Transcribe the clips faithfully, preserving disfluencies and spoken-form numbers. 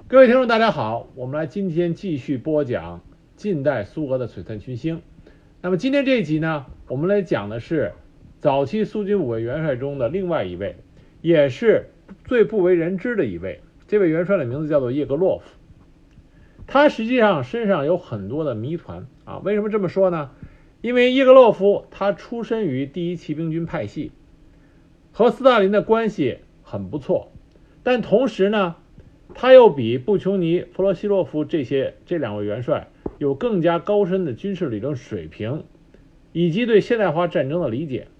各位听众大家好，我们来今天继续播讲近代苏俄的璀璨群星。那么今天这一集呢，我们来讲的是早期苏军五位元帅中的另外一位，也是最不为人知的一位。这位元帅的名字叫做叶格洛夫。他实际上身上有很多的谜团啊。为什么这么说呢？因为叶格洛夫他出身于第一骑兵军派系，和斯大林的关系很不错，但同时呢，他又比布琼尼、弗洛西洛夫这些这两位元帅有更加高深的军事理论水平，以及对现代化战争的理解。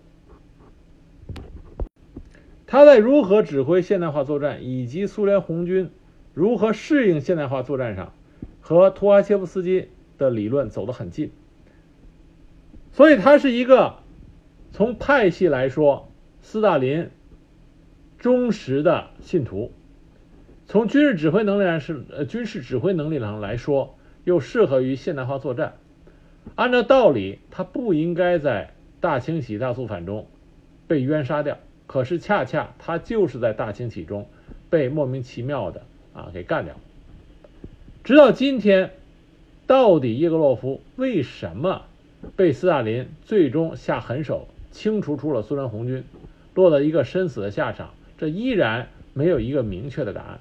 他在如何指挥现代化作战以及苏联红军如何适应现代化作战上，和图哈切夫斯基的理论走得很近。所以他是一个从派系来说斯大林忠实的信徒，从军事指挥能力上是呃军事指挥能力上来说，又适合于现代化作战。按照道理，他不应该在大清洗、大肃反中被冤杀掉，可是恰恰他就是在大清洗中被莫名其妙的啊给干掉。直到今天，到底叶格洛夫为什么被斯大林最终下狠手清除出了苏联红军，落得一个身死的下场，这依然没有一个明确的答案。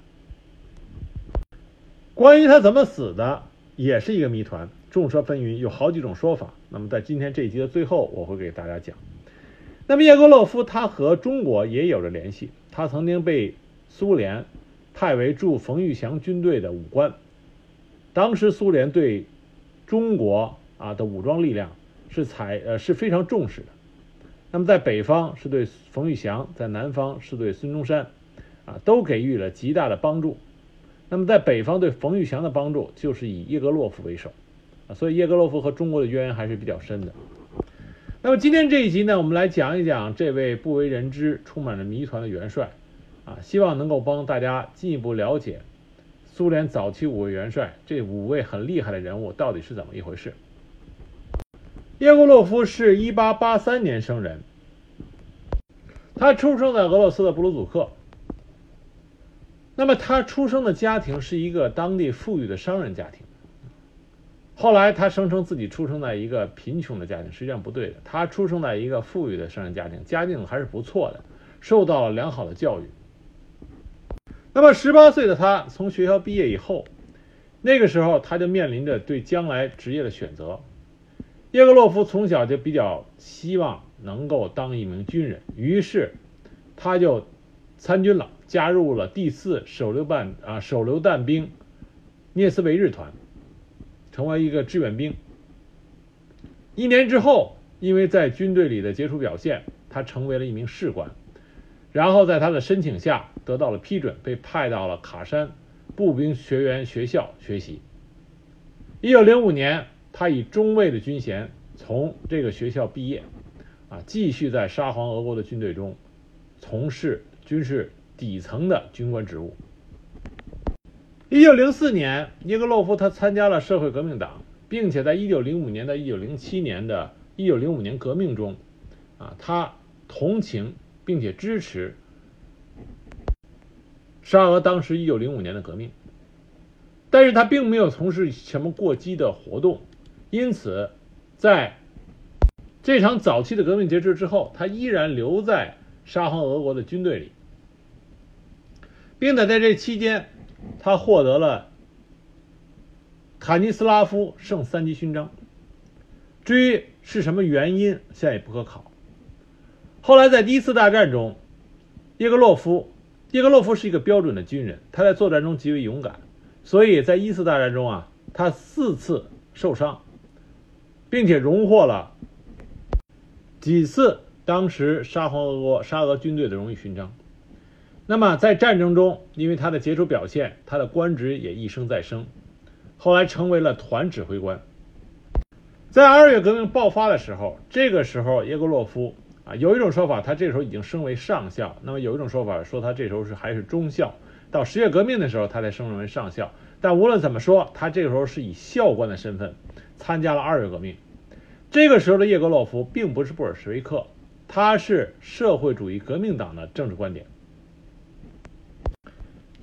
关于他怎么死的也是一个谜团，众说纷纭，有好几种说法。那么在今天这一集的最后，我会给大家讲。那么叶格洛夫他和中国也有着联系，他曾经被苏联派为驻冯玉祥军队的武官。当时苏联对中国啊的武装力量是采呃是非常重视的。那么在北方是对冯玉祥，在南方是对孙中山啊都给予了极大的帮助。那么在北方对冯玉祥的帮助就是以叶格洛夫为首啊，所以叶格洛夫和中国的渊源还是比较深的。那么今天这一集呢，我们来讲一讲这位不为人知、充满着谜团的元帅啊，希望能够帮大家进一步了解苏联早期五位元帅这五位很厉害的人物到底是怎么一回事。叶格洛夫是一八八三年生人，他出生在俄罗斯的布鲁祖克。那么他出生的家庭是一个当地富裕的商人家庭。后来他声称自己出生在一个贫穷的家庭，实际上不对的，他出生在一个富裕的商人家庭，家境还是不错的，受到了良好的教育。那么十八岁的他从学校毕业以后，那个时候他就面临着对将来职业的选择。叶格洛夫从小就比较希望能够当一名军人，于是他就参军了，加入了第四手榴弹啊手榴弹兵涅斯维日团，成为一个志愿兵。一年之后，因为在军队里的杰出表现，他成为了一名士官，然后在他的申请下得到了批准，被派到了卡山步兵学员学校学习。一九零五年，他以中尉的军衔从这个学校毕业，啊，继续在沙皇俄国的军队中从事军事底层的军官职务。一九零四年，叶格洛夫他参加了社会革命党，并且在一九零五年到一九零七年的一九零五年革命中，啊，他同情并且支持沙俄当时一九零五年的革命，但是他并没有从事什么过激的活动，因此在这场早期的革命结束之后，他依然留在沙皇俄国的军队里，并且在这期间他获得了卡尼斯拉夫圣三级勋章。至于是什么原因，现在也不可考。后来在第一次大战中，叶格洛夫叶格洛夫是一个标准的军人，他在作战中极为勇敢，所以在一次大战中啊，他四次受伤，并且荣获了几次当时沙皇俄国沙俄军队的荣誉勋章。那么在战争中，因为他的杰出表现，他的官职也一升再升，后来成为了团指挥官。在二月革命爆发的时候，这个时候叶格洛夫啊，有一种说法他这时候已经升为上校，那么有一种说法说他这时候是还是中校，到十月革命的时候他才升为上校。但无论怎么说，他这个时候是以校官的身份参加了二月革命。这个时候的叶格洛夫并不是布尔什维克，他是社会主义革命党的政治观点。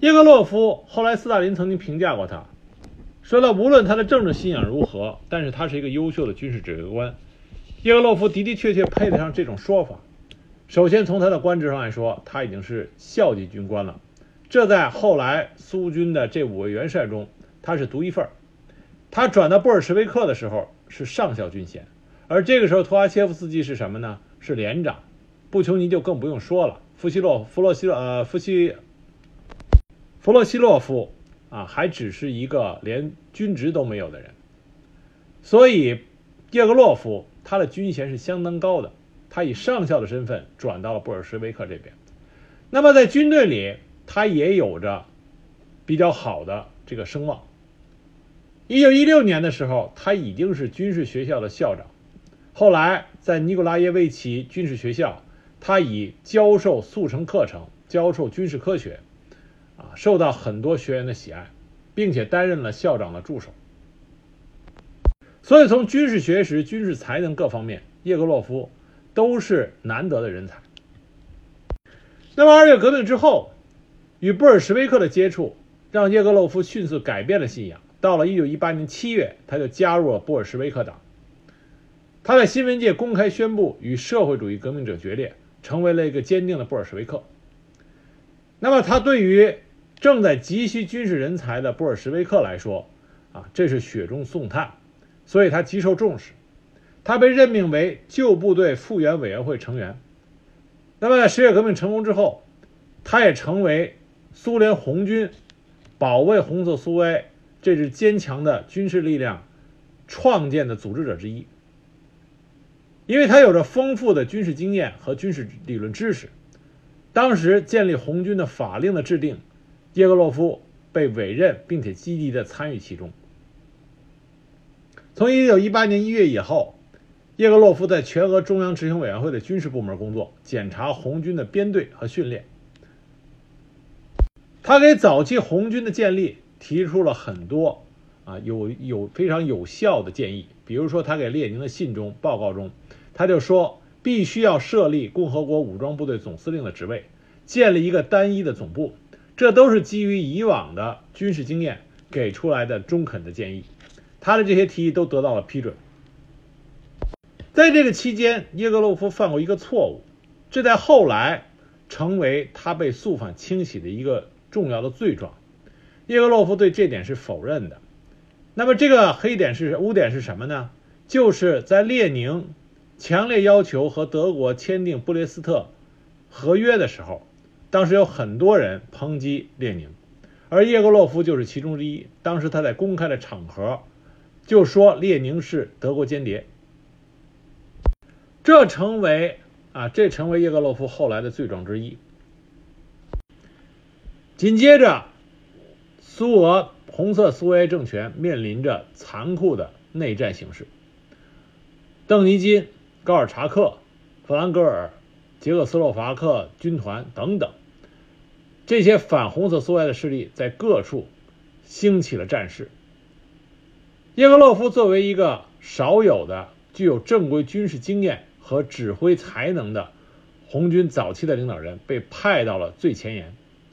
叶格洛夫后来斯大林曾经评价过他，说了无论他的政治信仰如何，但是他是一个优秀的军事指挥官。叶格洛夫的的确确配得上这种说法。首先从他的官职上来说，他已经是校级军官了，这在后来苏军的这五位元帅中他是独一份。他转到布尔什维克的时候是上校军衔，而这个时候图阿切夫斯基是什么呢？是连长。布琼尼就更不用说了，夫西洛弗洛西洛呃夫西弗洛西洛夫啊，还只是一个连军职都没有的人。所以叶格洛夫他的军衔是相当高的，他以上校的身份转到了布尔什维克这边。那么在军队里他也有着比较好的这个声望。一九一六年的时候，他已经是军事学校的校长。后来在尼古拉耶维奇军事学校，他以教授速成课程，教授军事科学啊，受到很多学员的喜爱，并且担任了校长的助手。所以从军事学识、军事才能各方面，叶格洛夫都是难得的人才。那么二月革命之后，与布尔什维克的接触让叶格洛夫迅速改变了信仰。到了一九一八年七月，他就加入了布尔什维克党。他在新闻界公开宣布与社会主义革命者决裂，成为了一个坚定的布尔什维克。那么他对于正在急需军事人才的布尔什维克来说啊，这是雪中送炭，所以他极受重视。他被任命为旧部队复员委员会成员。那么在十月革命成功之后，他也成为苏联红军保卫红色苏维埃这支坚强的军事力量创建的组织者之一。因为他有着丰富的军事经验和军事理论知识，当时建立红军的法令的制定，叶格洛夫被委任并且积极的参与其中。从一九一八年一月以后，叶格洛夫在全俄中央执行委员会的军事部门工作，检查红军的编队和训练。他给早期红军的建立提出了很多啊有有非常有效的建议。比如说他给列宁的信中报告中，他就说必须要设立共和国武装部队总司令的职位，建立一个单一的总部，这都是基于以往的军事经验给出来的中肯的建议。他的这些提议都得到了批准。在这个期间，叶格洛夫犯过一个错误，这在后来成为他被肃反清洗的一个重要的罪状。叶格洛夫对这点是否认的。那么这个黑点是污点是什么呢？就是在列宁强烈要求和德国签订布列斯特合约的时候，当时有很多人抨击列宁，而叶格洛夫就是其中之一。当时他在公开的场合就说列宁是德国间谍，这成为啊，这成为叶格洛夫后来的罪状之一。紧接着，苏俄红色苏维埃政权面临着残酷的内战形势。邓尼金、高尔察克、弗兰格尔、捷克斯洛伐克军团等等，这些反红色苏维埃的势力在各处兴起了战事。叶格洛夫作为一个少有的具有正规军事经验和指挥才能的红军早期的领导人，被派到了最前沿，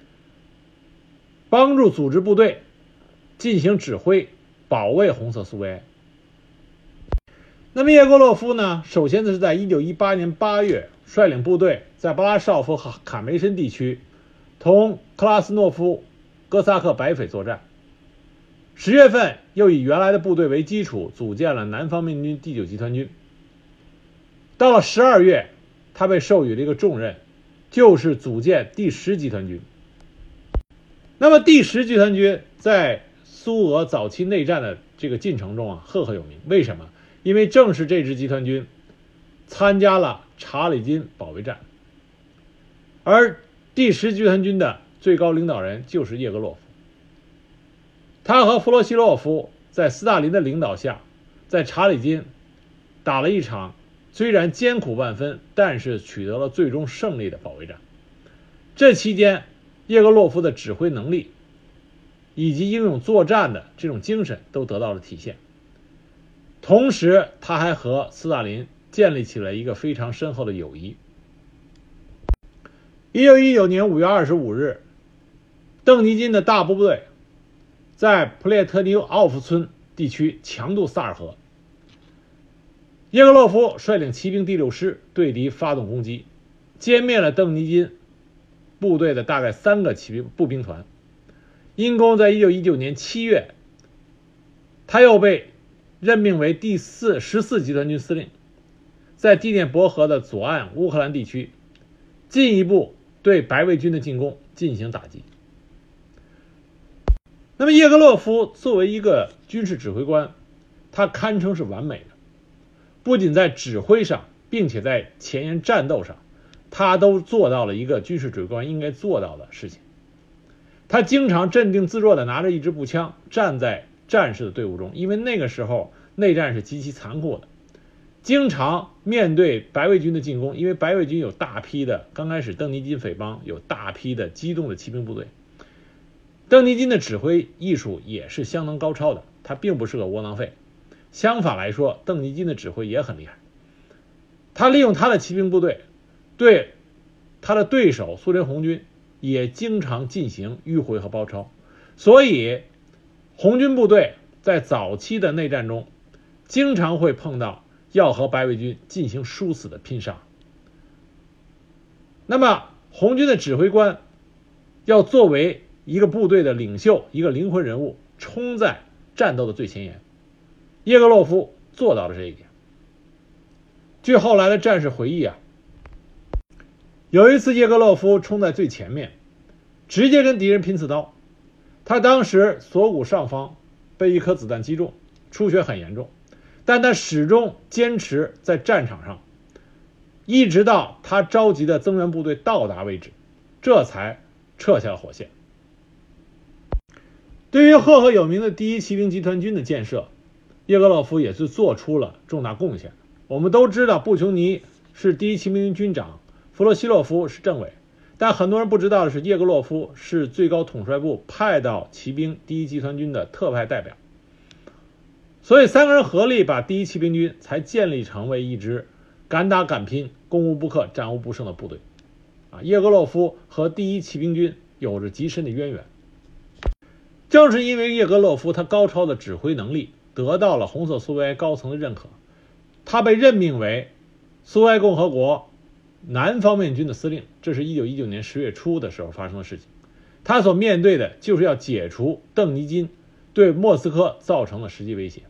帮助组织部队进行指挥，保卫红色苏维埃。那么叶格洛夫呢，首先是在一九一八年八月率领部队在巴拉绍夫和卡梅申地区同克拉斯诺夫哥萨克白匪作战。十月份又以原来的部队为基础，组建了南方面军第九集团军。到了十二月，他被授予了一个重任，就是组建第十集团军。那么第十集团军在苏俄早期内战的这个进程中啊，赫赫有名。为什么？因为正是这支集团军参加了查理金保卫战，而第十集团军的最高领导人就是叶格洛夫。他和弗洛西洛夫在斯大林的领导下，在查理金打了一场虽然艰苦万分，但是取得了最终胜利的保卫战。这期间，叶格洛夫的指挥能力以及英勇作战的这种精神都得到了体现。同时，他还和斯大林建立起了一个非常深厚的友谊。一九一九年五月二十五日， 邓尼金的大部队在普列特尼奥夫村地区强渡萨尔河，叶格洛夫率领骑兵第六师对敌发动攻击，歼灭了邓尼金部队的大概三个骑兵步兵团。因公在一九一九年七月，他又被任命为第四十四集团军司令，在第聂伯河的左岸乌克兰地区进一步对白卫军的进攻进行打击。那么叶格洛夫作为一个军事指挥官，他堪称是完美的，不仅在指挥上，并且在前沿战斗上，他都做到了一个军事指挥官应该做到的事情。他经常镇定自若地拿着一支步枪站在战士的队伍中，因为那个时候内战是极其残酷的，经常面对白卫军的进攻，因为白卫军有大批的，刚开始邓尼金匪帮有大批的机动的骑兵部队，邓尼金的指挥艺术也是相当高超的，他并不是个窝囊废。相反来说，邓尼金的指挥也很厉害，他利用他的骑兵部队对他的对手苏联红军也经常进行迂回和包抄，所以红军部队在早期的内战中经常会碰到要和白卫军进行殊死的拼杀。那么红军的指挥官要作为一个部队的领袖，一个灵魂人物，冲在战斗的最前沿，叶格洛夫做到了这一点。据后来的战士回忆啊，有一次叶格洛夫冲在最前面，直接跟敌人拼刺刀，他当时锁骨上方被一颗子弹击中，出血很严重，但他始终坚持在战场上，一直到他召集的增援部队到达为止，这才撤下了火线。对于赫赫有名的第一骑兵集团军的建设，叶格洛夫也是做出了重大贡献。我们都知道布琼尼是第一骑兵军军长，弗洛西洛夫是政委，但很多人不知道的是，叶格洛夫是最高统帅部派到骑兵第一集团军的特派代表，所以三个人合力把第一骑兵军才建立成为一支敢打敢拼、攻无不克、战无不胜的部队。啊，叶格洛夫和第一骑兵军有着极深的渊源。正是因为叶格洛夫他高超的指挥能力得到了红色苏维埃高层的认可，他被任命为苏维埃共和国南方面军的司令，这是一九一九年十月初的时候发生的事情。他所面对的就是要解除邓尼金对莫斯科造成的实际威胁。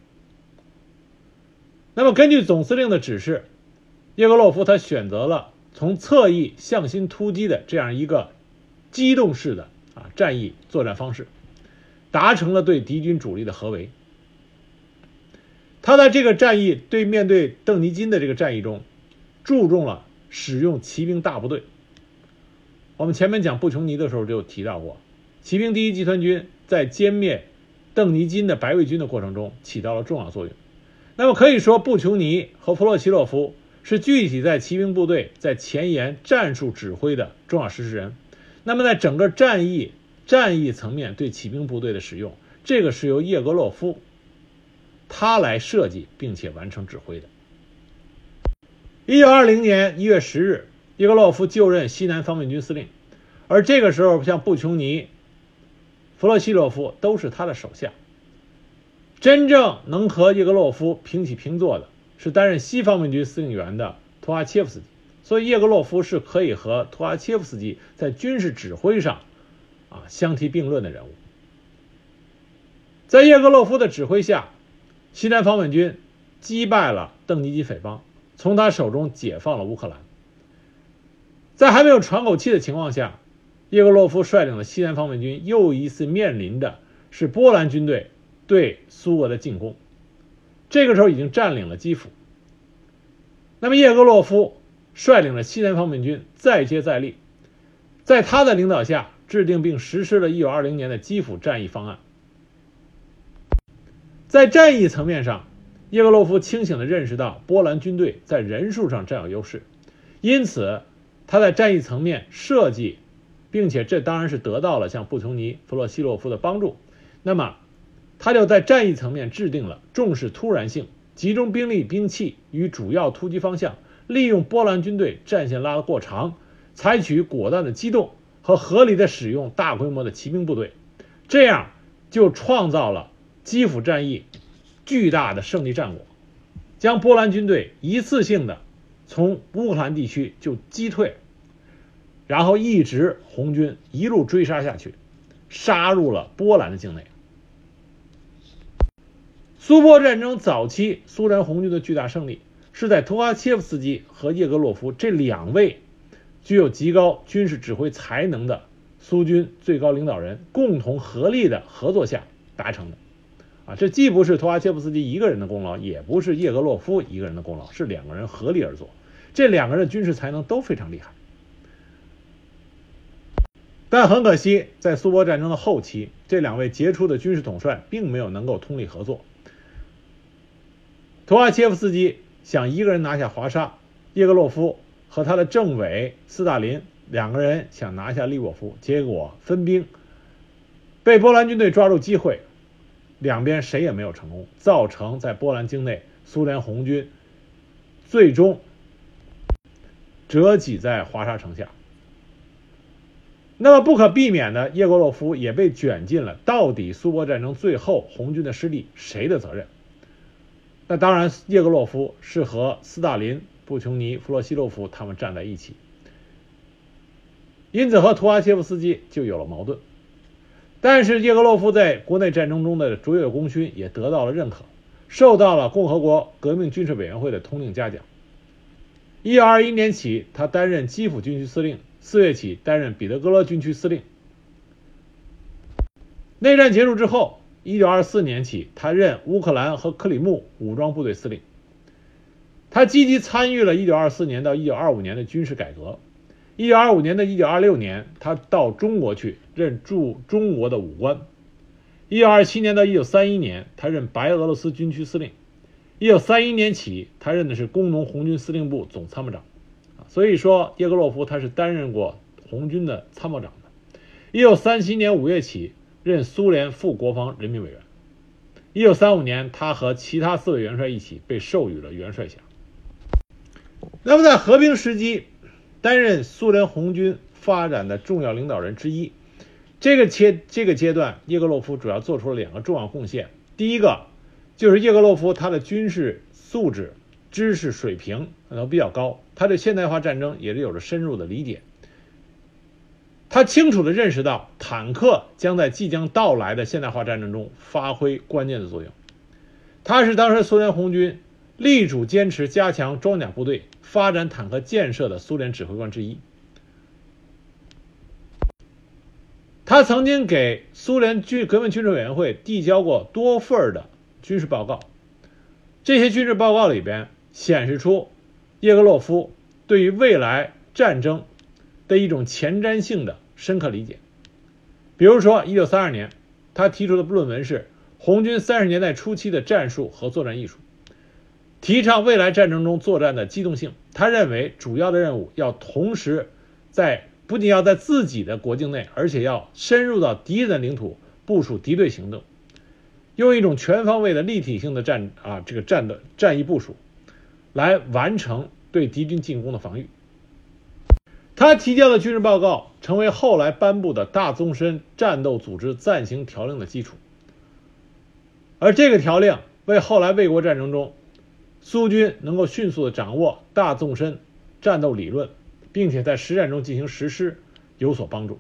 那么根据总司令的指示，叶格洛夫他选择了从侧翼向心突击的这样一个机动式的啊战役作战方式，达成了对敌军主力的合围。他在这个战役对面对邓尼金的这个战役中，注重了使用骑兵大部队。我们前面讲布琼尼的时候就提到过，骑兵第一集团军在歼灭邓尼金的白卫军的过程中起到了重要作用。那么可以说，布琼尼和弗洛西洛夫是具体在骑兵部队在前沿战术指挥的重要实施人。那么在整个战役战役层面对骑兵部队的使用，这个是由叶格洛夫他来设计并且完成指挥的。一九二零年一月十日，叶格洛夫就任西南方面军司令，而这个时候像布琼尼、弗洛西洛夫都是他的手下。真正能和叶格洛夫平起平坐的是担任西方面军司令员的图哈切夫斯基，所以叶格洛夫是可以和图哈切夫斯基在军事指挥上啊相提并论的人物。在叶格洛夫的指挥下，西南方面军击败了邓尼金匪帮，从他手中解放了乌克兰。在还没有喘口气的情况下，叶格洛夫率领的西南方面军又一次面临的是波兰军队对苏俄的进攻，这个时候已经占领了基辅。那么叶格洛夫率领了西南方面军再接再厉，在他的领导下制定并实施了一九二零年的基辅战役方案。在战役层面上，叶格洛夫清醒地认识到波兰军队在人数上占有优势，因此他在战役层面设计，并且这当然是得到了像布琼尼、弗洛西洛夫的帮助，那么他就在战役层面制定了重视突然性、集中兵力兵器与主要突击方向，利用波兰军队战线拉得过长，采取果断的机动和合理的使用大规模的骑兵部队，这样就创造了基辅战役巨大的胜利战果，将波兰军队一次性的从乌克兰地区就击退，然后一直红军一路追杀下去，杀入了波兰的境内。苏波战争早期苏联红军的巨大胜利是在图哈切夫斯基和叶格洛夫这两位具有极高军事指挥才能的苏军最高领导人共同合力的合作下达成的。啊，这既不是图哈切夫斯基一个人的功劳，也不是叶格洛夫一个人的功劳，是两个人合力而做。这两个人军事才能都非常厉害。但很可惜，在苏波战争的后期，这两位杰出的军事统帅并没有能够通力合作。图哈切夫斯基想一个人拿下华沙，叶格洛夫和他的政委斯大林两个人想拿下利沃夫，结果分兵，被波兰军队抓住机会，两边谁也没有成功，造成在波兰境内苏联红军最终折戟在华沙城下。那么不可避免的，叶格洛夫也被卷进了到底苏波战争最后红军的失利谁的责任。那当然，叶格洛夫是和斯大林、布琼尼、弗洛西洛夫他们站在一起，因此和图哈切夫斯基就有了矛盾。但是叶格洛夫在国内战争中的卓越功勋也得到了认可，受到了共和国革命军事委员会的通令嘉奖。一九二一年起，他担任基辅军区司令，四月起担任彼得格勒军区司令。内战结束之后，一九二四年起，他任乌克兰和克里木武装部队司令。他积极参与了一九二四年到一九二五年的军事改革。一九二五年到一九二六年，他到中国去任驻中国的武官。一九二七年到一九三一年，他任白俄罗斯军区司令。一九三一年起，他任的是工农红军司令部总参谋长。所以说，叶格洛夫他是担任过红军的参谋长的。一九三七年五月起，任苏联副国防人民委员。一九三五年，他和其他四位元帅一起被授予了元帅衔。那么在和平时期，担任苏联红军发展的重要领导人之一。这个阶这个阶段，叶格洛夫主要做出了两个重要贡献。第一个就是叶格洛夫他的军事素质、知识水平可能比较高，他对现代化战争也是有着深入的理解。他清楚地认识到坦克将在即将到来的现代化战争中发挥关键的作用。他是当时苏联红军力主坚持加强装甲部队、发展坦克建设的苏联指挥官之一。他曾经给苏联军革命军事委员会递交过多份的军事报告，这些军事报告里边显示出叶格洛夫对于未来战争的一种前瞻性的深刻理解。比如说一九三二年，他提出的论文是红军三十年代初期的战术和作战艺术，提倡未来战争中作战的机动性。他认为主要的任务要同时在不仅要在自己的国境内，而且要深入到敌人的领土部署敌对行动，用一种全方位的立体性的战啊这个战的战役部署来完成对敌军进攻的防御。他提交的军事报告成为后来颁布的大纵深战斗组织暂行条令的基础，而这个条令为后来卫国战争中苏军能够迅速地掌握大纵深战斗理论，并且在实战中进行实施有所帮助。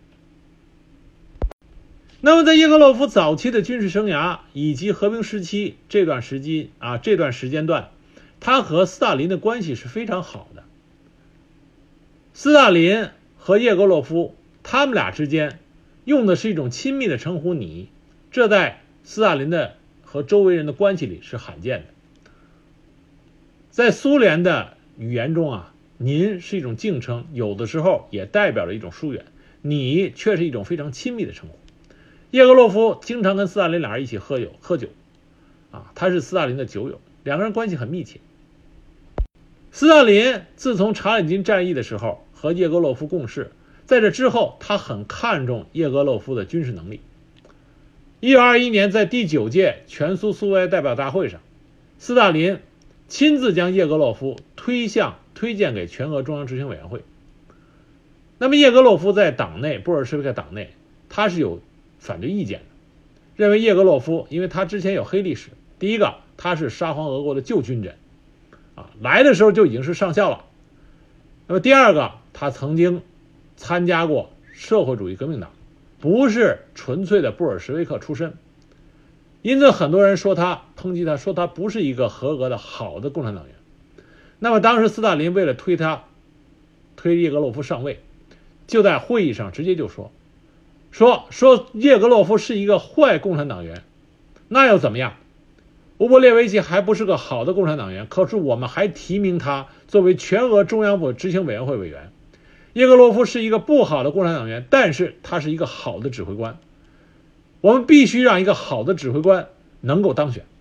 那么在叶格洛夫早期的军事生涯以及和平时期这段时期啊这段时间段，他和斯大林的关系是非常好的。斯大林和叶格洛夫他们俩之间用的是一种亲密的称呼你，这在斯大林的和周围人的关系里是罕见的。在苏联的语言中啊，您是一种敬称，有的时候也代表着一种疏远，你却是一种非常亲密的称呼。叶格洛夫经常跟斯大林俩人一起喝酒喝酒啊，他是斯大林的酒友，两个人关系很密切。斯大林自从查理金战役的时候和叶格洛夫共事，在这之后他很看重叶格洛夫的军事能力。一九二一年在第九届全苏苏维埃代表大会上，斯大林亲自将叶格洛夫推向推荐给全俄中央执行委员会。 那么叶格洛夫在党内，布尔什维克党内，他是有反对意见的，认为叶格洛夫因为他之前有黑历史，第一个他是沙皇俄国的旧军人啊，来的时候就已经是上校了。那么第二个，他曾经参加过社会主义革命党，不是纯粹的布尔什维克出身，因此很多人说他抨击他，说他不是一个合格的好的共产党员。那么当时斯大林为了推他推叶格洛夫上位，就在会议上直接就说说说叶格洛夫是一个坏共产党员，那又怎么样？乌波列维奇还不是个好的共产党员，可是我们还提名他作为全俄中央部执行委员会委员。叶格洛夫是一个不好的共产党员，但是他是一个好的指挥官，我们必须让一个好的指挥官能够当选。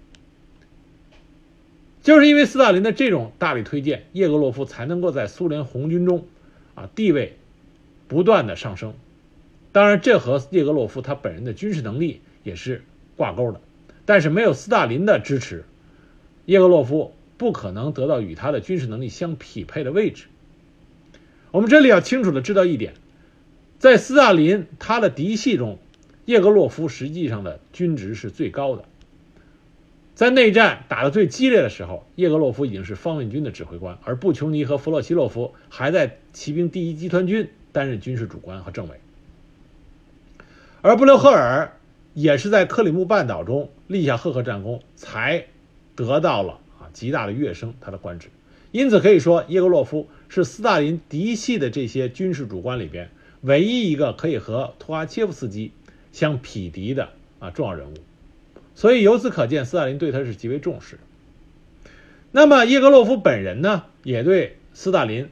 就是因为斯大林的这种大力推荐，叶格洛夫才能够在苏联红军中啊地位不断的上升。当然这和叶格洛夫他本人的军事能力也是挂钩的，但是没有斯大林的支持，叶格洛夫不可能得到与他的军事能力相匹配的位置。我们这里要清楚的知道一点，在斯大林他的嫡系中，叶格洛夫实际上的军职是最高的。在内战打得最激烈的时候，叶格洛夫已经是方面军的指挥官，而布琼尼和弗洛西洛夫还在骑兵第一集团军担任军事主官和政委。而布留赫尔也是在克里木半岛中立下赫赫战功，才得到了啊极大的跃升他的官职。因此可以说，叶格洛夫是斯大林嫡系的这些军事主官里边唯一一个可以和图哈切夫斯基相匹敌的啊重要人物。所以由此可见，斯大林对他是极为重视。那么叶格洛夫本人呢，也对斯大林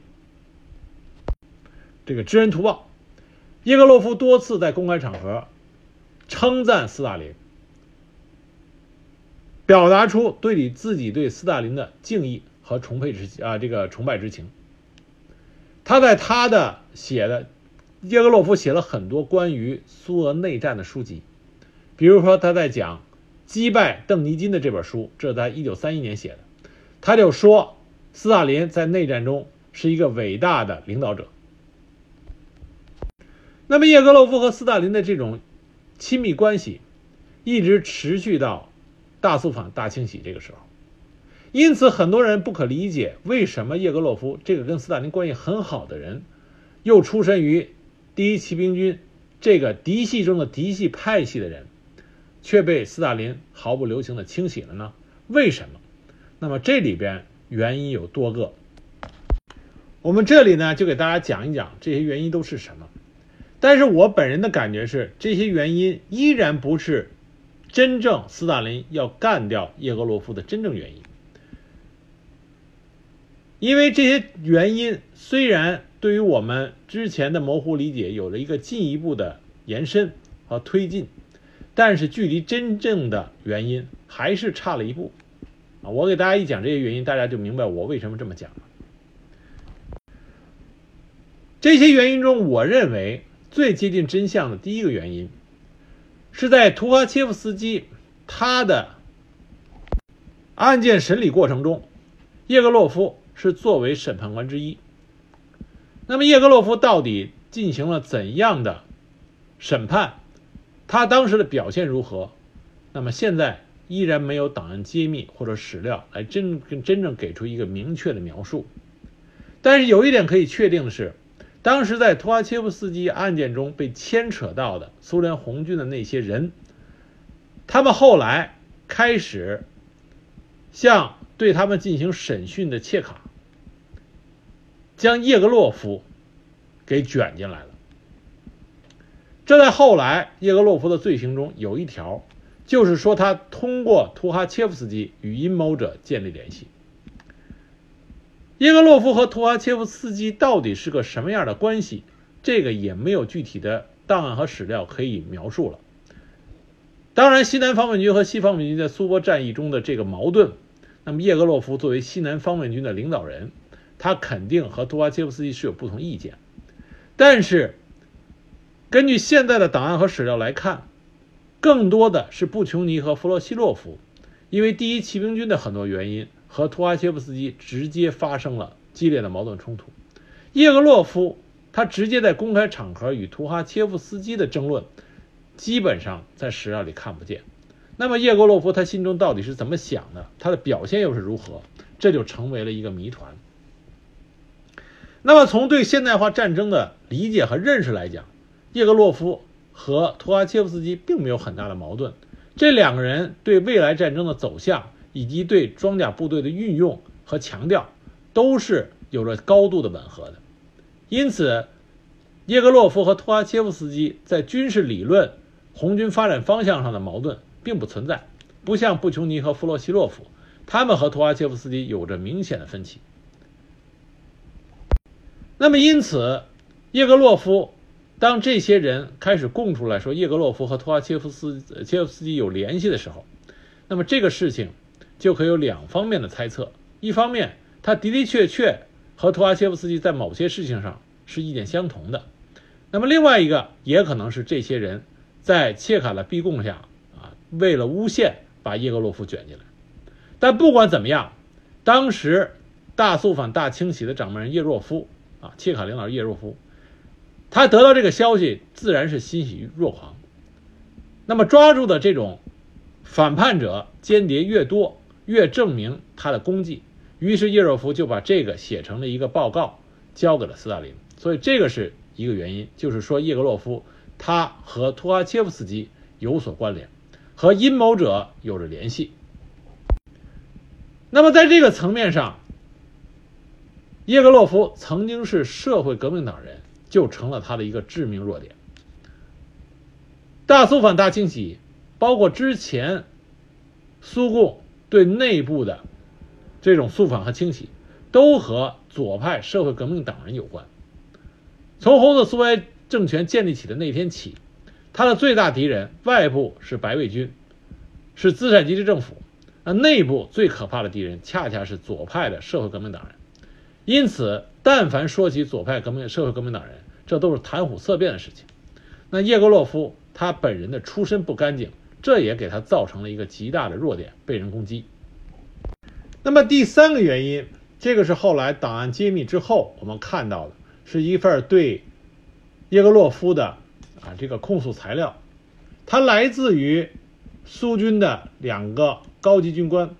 这个知恩图报。叶格洛夫多次在公开场合称赞斯大林，表达出对你自己对斯大林的敬意和崇佩之啊这个崇拜之情。他在他的写的叶格洛夫写了很多关于苏俄内战的书籍，比如说他在讲击败邓尼金的这本书，这是在一九三一年写的，他就说斯大林在内战中是一个伟大的领导者。那么叶格洛夫和斯大林的这种亲密关系一直持续到大肃反大清洗这个时候，因此很多人不可理解，为什么叶格洛夫这个跟斯大林关系很好的人，又出身于第一骑兵军这个嫡系中的嫡系派系的人，却被斯大林毫不留情的清洗了呢？为什么？那么这里边原因有多个，我们这里呢就给大家讲一讲这些原因都是什么。但是我本人的感觉是，这些原因依然不是真正斯大林要干掉叶格洛夫的真正原因。因为这些原因虽然对于我们之前的模糊理解有了一个进一步的延伸和推进，但是距离真正的原因还是差了一步啊！我给大家一讲这些原因，大家就明白我为什么这么讲了。这些原因中，我认为最接近真相的第一个原因，是在图哈切夫斯基他的案件审理过程中，叶格洛夫是作为审判官之一。那么叶格洛夫到底进行了怎样的审判，他当时的表现如何，那么现在依然没有档案揭秘或者史料来真真正给出一个明确的描述。但是有一点可以确定的是，当时在图哈切夫斯基案件中被牵扯到的苏联红军的那些人，他们后来开始向对他们进行审讯的切卡，将叶格洛夫给卷进来了。这在后来叶格洛夫的罪行中有一条，就是说他通过图哈切夫斯基与阴谋者建立联系。叶格洛夫和图哈切夫斯基到底是个什么样的关系，这个也没有具体的档案和史料可以描述了。当然西南方面军和西方面军在苏波战役中的这个矛盾，那么叶格洛夫作为西南方面军的领导人，他肯定和图哈切夫斯基是有不同意见。但是根据现在的档案和史料来看，更多的是布琼尼和弗洛西洛夫因为第一骑兵军的很多原因和图哈切夫斯基直接发生了激烈的矛盾冲突。叶格洛夫他直接在公开场合与图哈切夫斯基的争论，基本上在史料里看不见。那么叶戈洛夫他心中到底是怎么想的，他的表现又是如何，这就成为了一个谜团。那么从对现代化战争的理解和认识来讲，叶戈洛夫和图哈切夫斯基并没有很大的矛盾，这两个人对未来战争的走向以及对装甲部队的运用和强调都是有着高度的吻合的。因此叶戈洛夫和图哈切夫斯基在军事理论、红军发展方向上的矛盾并不存在，不像布琼尼和弗洛西洛夫，他们和图哈切夫斯基有着明显的分歧。那么因此叶戈洛夫当这些人开始供出来说叶戈洛夫和图哈切夫斯切夫斯基有联系的时候，那么这个事情就可以有两方面的猜测。一方面他的的确确和图哈切夫斯基在某些事情上是意见相同的，那么另外一个也可能是这些人在切卡的逼供下啊，为了诬陷把叶戈洛夫卷进来。但不管怎么样，当时大肃反大清洗的掌门人叶若夫啊，切卡领导叶若夫，他得到这个消息自然是欣喜若狂。那么抓住的这种反叛者间谍越多，越证明他的功绩，于是叶若夫就把这个写成了一个报告交给了斯大林。所以这个是一个原因，就是说叶戈洛夫他和图哈切夫斯基有所关联，和阴谋者有着联系。那么在这个层面上，叶戈洛夫曾经是社会革命党人，就成了他的一个致命弱点。大肃反大清洗包括之前苏共对内部的这种肃反和清洗，都和左派社会革命党人有关。从红色苏维埃政权建立起的那天起，他的最大敌人外部是白卫军，是资产阶级政府，那内部最可怕的敌人恰恰是左派的社会革命党人。因此但凡说起左派革命社会革命党人，这都是谈虎色变的事情。那叶戈洛夫他本人的出身不干净，这也给他造成了一个极大的弱点，被人攻击。那么第三个原因，这个是后来档案揭秘之后我们看到的，是一份对叶戈洛夫的啊这个控诉材料，它来自于苏军的两个高级军官。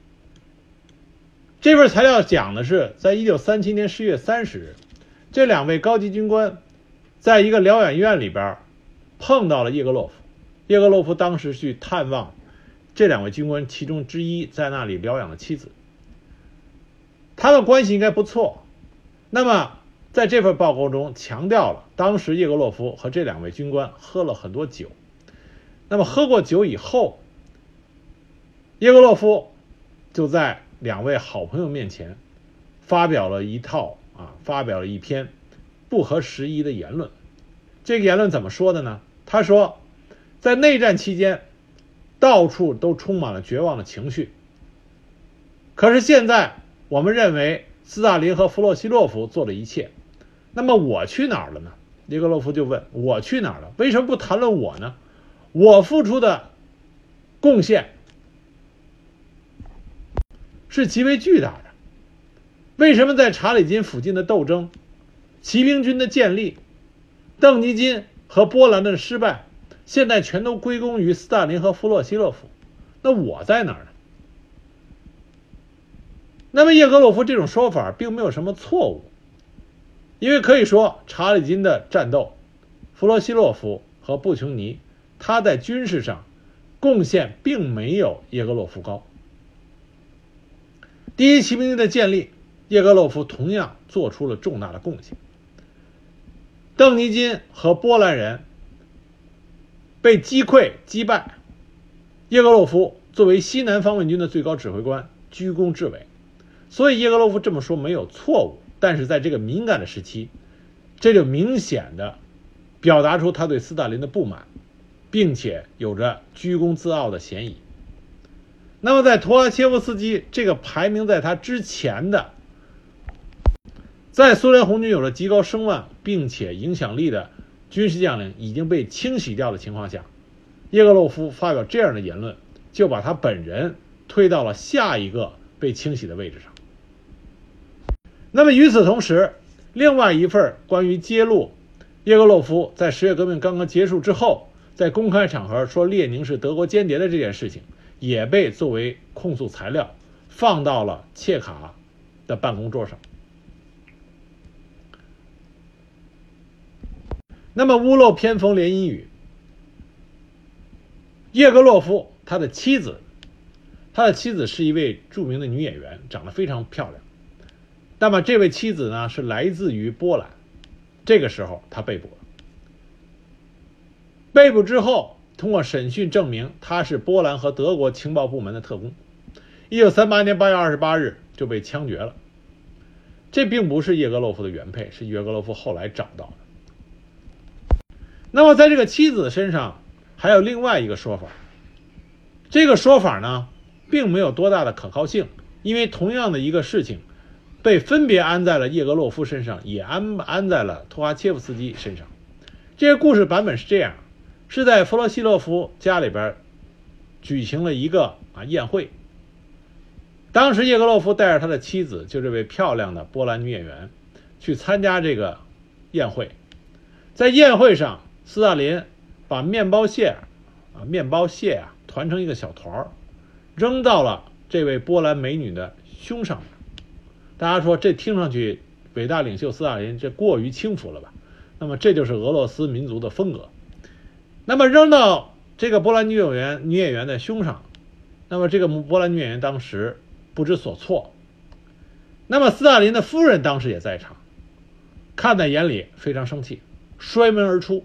这份材料讲的是在一九三七年十月三十日，这两位高级军官在一个疗养院里边碰到了叶戈洛夫。叶戈洛夫当时去探望这两位军官其中之一在那里疗养的妻子，他的关系应该不错。那么在这份报告中强调了当时叶戈洛夫和这两位军官喝了很多酒。那么喝过酒以后，叶戈洛夫就在两位好朋友面前发表了一套啊，发表了一篇不合时宜的言论。这个言论怎么说的呢？他说，在内战期间，到处都充满了绝望的情绪。可是现在，我们认为斯大林和弗洛西洛夫做了一切。那么我去哪儿了呢？叶戈洛夫就问，我去哪儿了？为什么不谈论我呢？我付出的贡献是极为巨大的。为什么在查理金附近的斗争、骑兵军的建立、邓尼金和波兰的失败，现在全都归功于斯大林和弗洛西洛夫？那我在哪儿呢？那么叶戈洛夫这种说法并没有什么错误，因为可以说查理金的战斗，弗洛西洛夫和布琼尼他在军事上贡献并没有叶戈洛夫高。第一骑兵军的建立，叶戈洛夫同样做出了重大的贡献。邓尼金和波兰人被击溃击败，叶戈洛夫作为西南方面军的最高指挥官居功至伟。所以叶戈洛夫这么说没有错误，但是在这个敏感的时期，这就明显的表达出他对斯大林的不满，并且有着居功自傲的嫌疑。那么在图哈切夫斯基这个排名在他之前的，在苏联红军有了极高声望并且影响力的军事将领已经被清洗掉的情况下，叶戈洛夫发表这样的言论，就把他本人推到了下一个被清洗的位置上。那么与此同时， 另外一份关于揭露叶格洛夫在十月革命刚刚结束之后，在公开场合说列宁是德国间谍的这件事情，也被作为控诉材料放到了切卡的办公桌上。那么屋漏偏逢连阴雨，叶格洛夫他的妻子，他的妻子是一位著名的女演员，长得非常漂亮。那么这位妻子呢，是来自于波兰，这个时候他被捕了。被捕之后，通过审讯证明他是波兰和德国情报部门的特工。一九三八年八月二十八日就被枪决了。这并不是叶格洛夫的原配，是叶格洛夫后来找到的。那么在这个妻子身上还有另外一个说法，这个说法呢并没有多大的可靠性，因为同样的一个事情被分别安在了叶格洛夫身上，也安安在了托哈切夫斯基身上。这个故事版本是这样，是在弗洛西洛夫家里边举行了一个啊宴会。当时叶格洛夫带着他的妻子，就这位漂亮的波兰女演员，去参加这个宴会。在宴会上，斯大林把面包屑啊面包屑啊团成一个小团扔到了这位波兰美女的胸上面。大家说这听上去伟大领袖斯大林这过于轻浮了吧？那么这就是俄罗斯民族的风格。那么扔到这个波兰女演员女演员的胸上，那么这个波兰女演员当时不知所措。那么斯大林的夫人当时也在场，看在眼里，非常生气，摔门而出。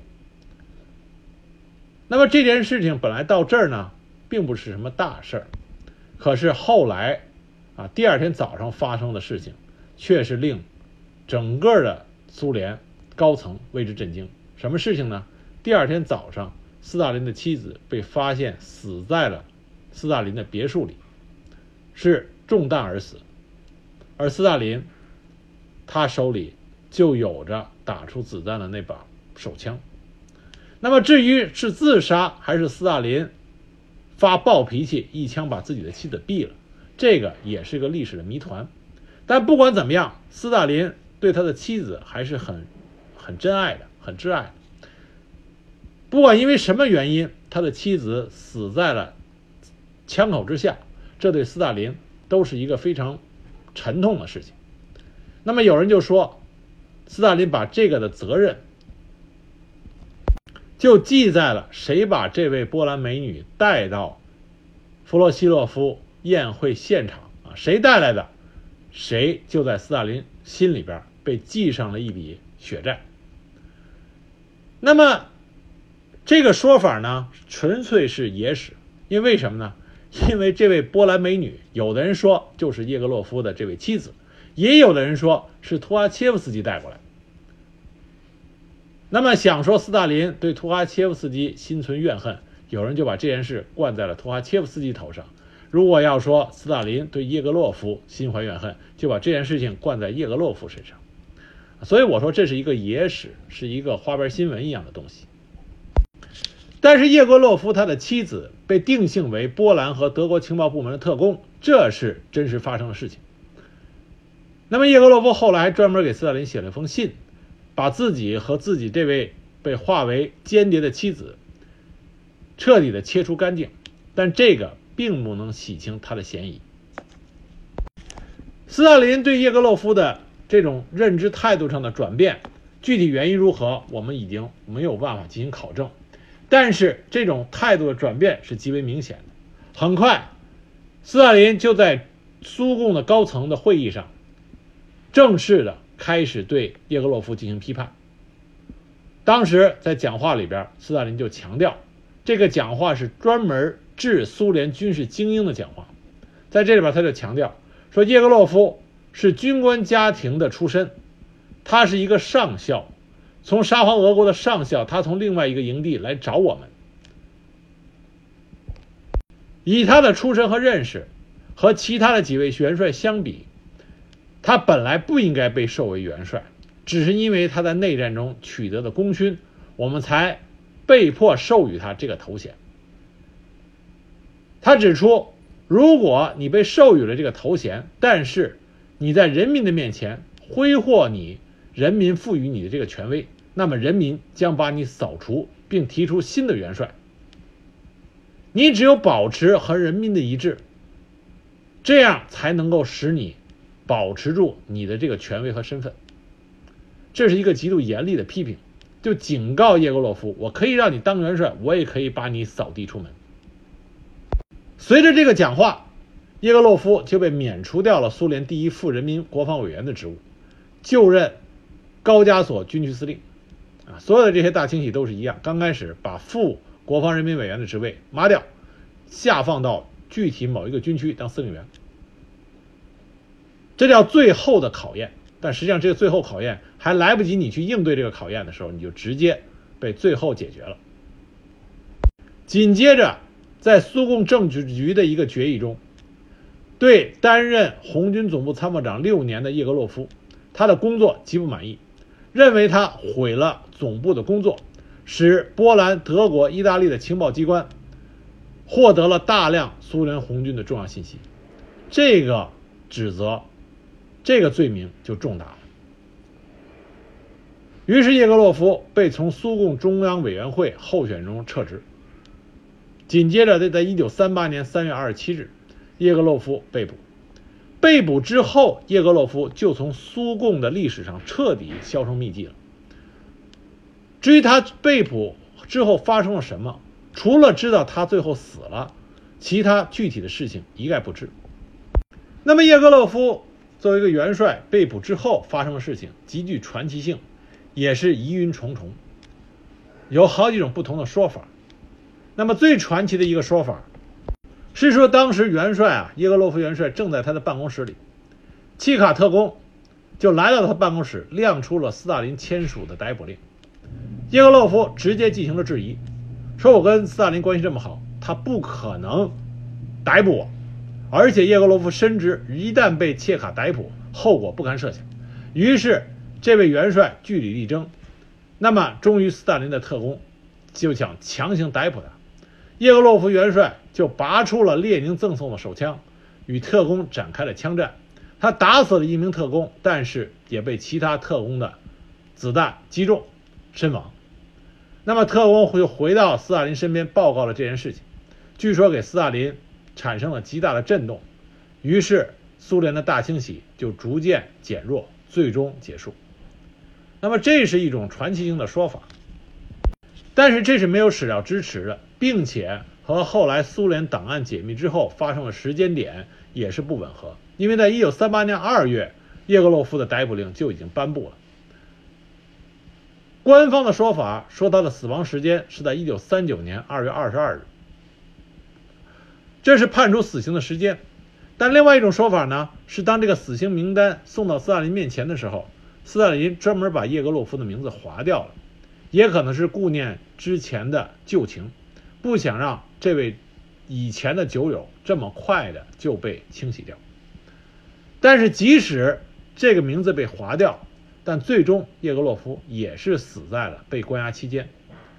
那么这件事情本来到这儿呢并不是什么大事儿，可是后来啊第二天早上发生的事情却是令整个的苏联高层为之震惊。什么事情呢？第二天早上，斯大林的妻子被发现死在了斯大林的别墅里，是中弹而死。而斯大林他手里就有着打出子弹的那把手枪。那么至于是自杀还是斯大林发暴脾气一枪把自己的妻子毙了，这个也是个历史的谜团。但不管怎么样，斯大林对他的妻子还是很很珍爱的，很挚爱的。不管因为什么原因，他的妻子死在了枪口之下，这对斯大林都是一个非常沉痛的事情。那么有人就说，斯大林把这个的责任就记在了谁把这位波兰美女带到弗洛西洛夫宴会现场啊，谁带来的，谁就在斯大林心里边被记上了一笔血债。那么这个说法呢纯粹是野史，因为什么呢？因为这位波兰美女，有的人说就是叶格洛夫的这位妻子，也有的人说是图哈切夫斯基带过来。那么想说斯大林对图哈切夫斯基心存怨恨，有人就把这件事灌在了图哈切夫斯基头上。如果要说斯大林对叶格洛夫心怀怨恨，就把这件事情灌在叶格洛夫身上。所以我说这是一个野史，是一个花边新闻一样的东西。但是叶格洛夫他的妻子被定性为波兰和德国情报部门的特工，这是真实发生的事情。那么叶格洛夫后来还专门给斯大林写了一封信，把自己和自己这位被划为间谍的妻子彻底的切除干净，但这个并不能洗清他的嫌疑。斯大林对叶格洛夫的这种认知态度上的转变，具体原因如何，我们已经没有办法进行考证。但是这种态度的转变是极为明显的。很快，斯大林就在苏共的高层的会议上正式的开始对叶格洛夫进行批判。当时在讲话里边，斯大林就强调，这个讲话是专门致苏联军事精英的讲话。在这里边他就强调说，叶格洛夫是军官家庭的出身，他是一个上校，从沙皇俄国的上校，他从另外一个营地来找我们。以他的出身和认识和其他的几位元帅相比，他本来不应该被授为元帅，只是因为他在内战中取得的功勋，我们才被迫授予他这个头衔。他指出，如果你被授予了这个头衔，但是你在人民的面前挥霍你人民赋予你的这个权威，那么人民将把你扫除，并提出新的元帅。你只有保持和人民的一致，这样才能够使你保持住你的这个权威和身份。这是一个极度严厉的批评，就警告叶戈洛夫，我可以让你当元帅，我也可以把你扫地出门。随着这个讲话，叶戈洛夫就被免除掉了苏联第一副人民国防委员的职务，就任高加索军区司令。啊，所有的这些大清洗都是一样，刚开始把副国防人民委员的职位抹掉，下放到具体某一个军区当司令员，这叫最后的考验。但实际上这个最后考验还来不及你去应对这个考验的时候，你就直接被最后解决了。紧接着在苏共政治局的一个决议中，对担任红军总部参谋长六年的叶戈洛夫，他的工作极不满意，认为他毁了总部的工作，使波兰、德国、意大利的情报机关获得了大量苏联红军的重要信息。这个指责，这个罪名就重大了。于是叶戈洛夫被从苏共中央委员会候选中撤职。紧接着在一九三八年三月二十七日，叶戈洛夫被捕。被捕之后，叶戈洛夫就从苏共的历史上彻底销声匿迹了。至于他被捕之后发生了什么，除了知道他最后死了，其他具体的事情一概不知。那么叶戈洛夫作为一个元帅被捕之后发生的事情极具传奇性，也是疑云重重，有好几种不同的说法。那么最传奇的一个说法是说，当时元帅啊，叶戈洛夫元帅正在他的办公室里，契卡特工就来到他办公室，亮出了斯大林签署的逮捕令。叶戈洛夫直接进行了质疑，说我跟斯大林关系这么好，他不可能逮捕我。而且叶戈洛夫深知一旦被切卡逮捕，后果不堪设想。于是这位元帅据理力争，那么终于斯大林的特工就想强行逮捕他。叶戈洛夫元帅就拔出了列宁赠送的手枪，与特工展开了枪战。他打死了一名特工，但是也被其他特工的子弹击中身亡。那么特工就回到斯大林身边报告了这件事情，据说给斯大林产生了极大的震动，于是苏联的大清洗就逐渐减弱，最终结束。那么这是一种传奇性的说法，但是这是没有史料支持的，并且和后来苏联档案解密之后发生的时间点也是不吻合。因为在一九三八年二月，叶戈洛夫的逮捕令就已经颁布了。官方的说法说他的死亡时间是在一九三九年二月二十二日，这是判处死刑的时间。但另外一种说法呢，是当这个死刑名单送到斯大林面前的时候，斯大林专门把叶戈洛夫的名字划掉了，也可能是顾念之前的旧情，不想让这位以前的酒友这么快的就被清洗掉。但是即使这个名字被划掉，但最终叶戈洛夫也是死在了被关押期间。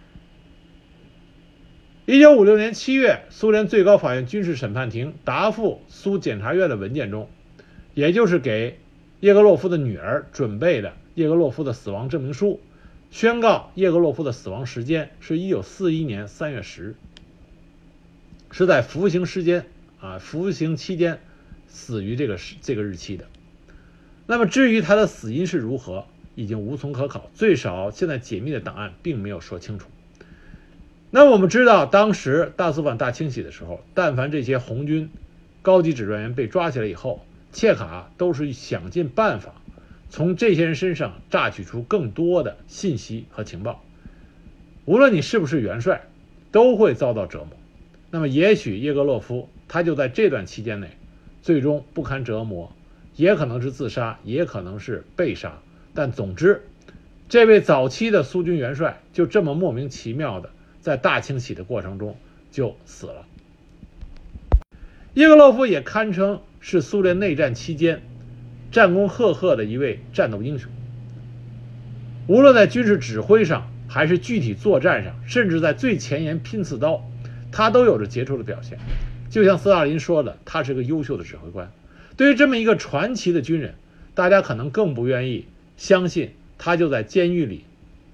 一九五六年七月，苏联最高法院军事审判庭答复苏检察院的文件中，也就是给叶戈洛夫的女儿准备的叶戈洛夫的死亡证明书，宣告叶戈洛夫的死亡时间是一九四一年三月十日，是在服刑时间啊，服刑期间死于这个这个日期的。那么至于他的死因是如何，已经无从可考，最少现在解密的档案并没有说清楚。那我们知道，当时大苏反大清洗的时候，但凡这些红军高级指挥员被抓起来以后，切卡都是想尽办法从这些人身上榨取出更多的信息和情报。无论你是不是元帅，都会遭到折磨。那么也许叶戈洛夫他就在这段期间内最终不堪折磨，也可能是自杀，也可能是被杀，但总之这位早期的苏军元帅就这么莫名其妙的在大清洗的过程中就死了。叶戈洛夫也堪称是苏联内战期间战功赫赫的一位战斗英雄，无论在军事指挥上，还是具体作战上，甚至在最前沿拼刺刀，他都有着杰出的表现。就像斯大林说的，他是个优秀的指挥官。对于这么一个传奇的军人，大家可能更不愿意相信他就在监狱里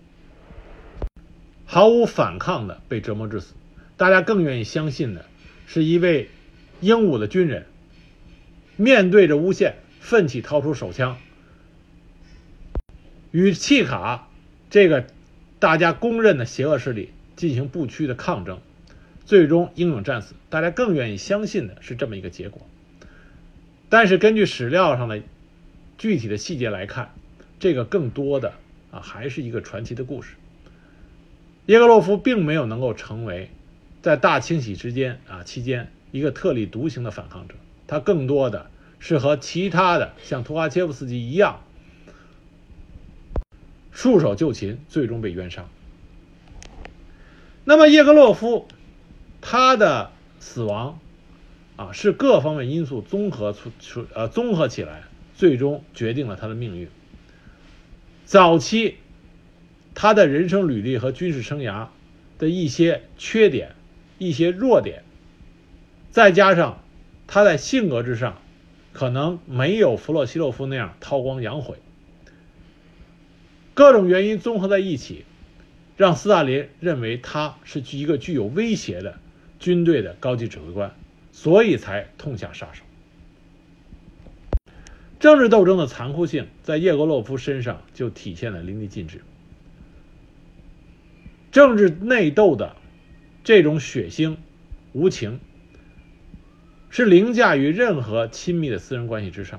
毫无反抗的被折磨致死。大家更愿意相信的是一位英武的军人面对着诬陷，奋起掏出手枪，与契卡这个大家公认的邪恶势力进行不屈的抗争，最终英勇战死。大家更愿意相信的是这么一个结果。但是根据史料上的具体的细节来看，这个更多的啊还是一个传奇的故事。叶格洛夫并没有能够成为在大清洗之间啊期间一个特立独行的反抗者，他更多的是和其他的像图哈切夫斯基一样束手就擒，最终被冤杀。那么叶格洛夫他的死亡啊是各方面因素综合出呃综合起来，最终决定了他的命运。早期他的人生履历和军事生涯的一些缺点、一些弱点，再加上他在性格之上可能没有弗洛西洛夫那样韬光养晦，各种原因综合在一起，让斯大林认为他是一个具有威胁的军队的高级指挥官，所以才痛下杀手。政治斗争的残酷性在叶格洛夫身上就体现得淋漓尽致。政治内斗的这种血腥无情是凌驾于任何亲密的私人关系之上，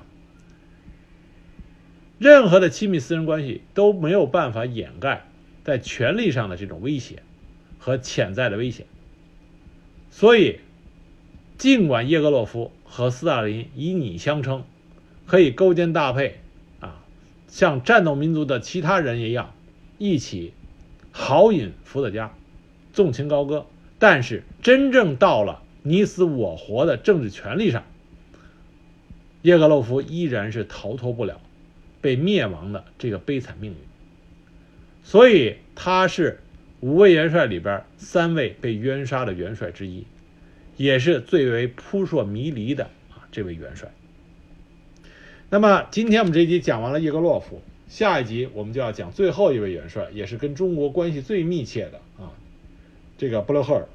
任何的亲密私人关系都没有办法掩盖在权力上的这种威胁和潜在的危险。所以尽管叶格洛夫和斯大林以你相称，可以勾肩搭背啊，像战斗民族的其他人一样一起豪饮伏特加，纵情高歌，但是真正到了你死我活的政治权力上，叶格洛夫依然是逃脱不了被灭亡的这个悲惨命运。所以他是五位元帅里边三位被冤杀的元帅之一，也是最为扑朔迷离的啊这位元帅。那么今天我们这一集讲完了叶格洛夫，下一集我们就要讲最后一位元帅，也是跟中国关系最密切的啊这个布勒赫尔。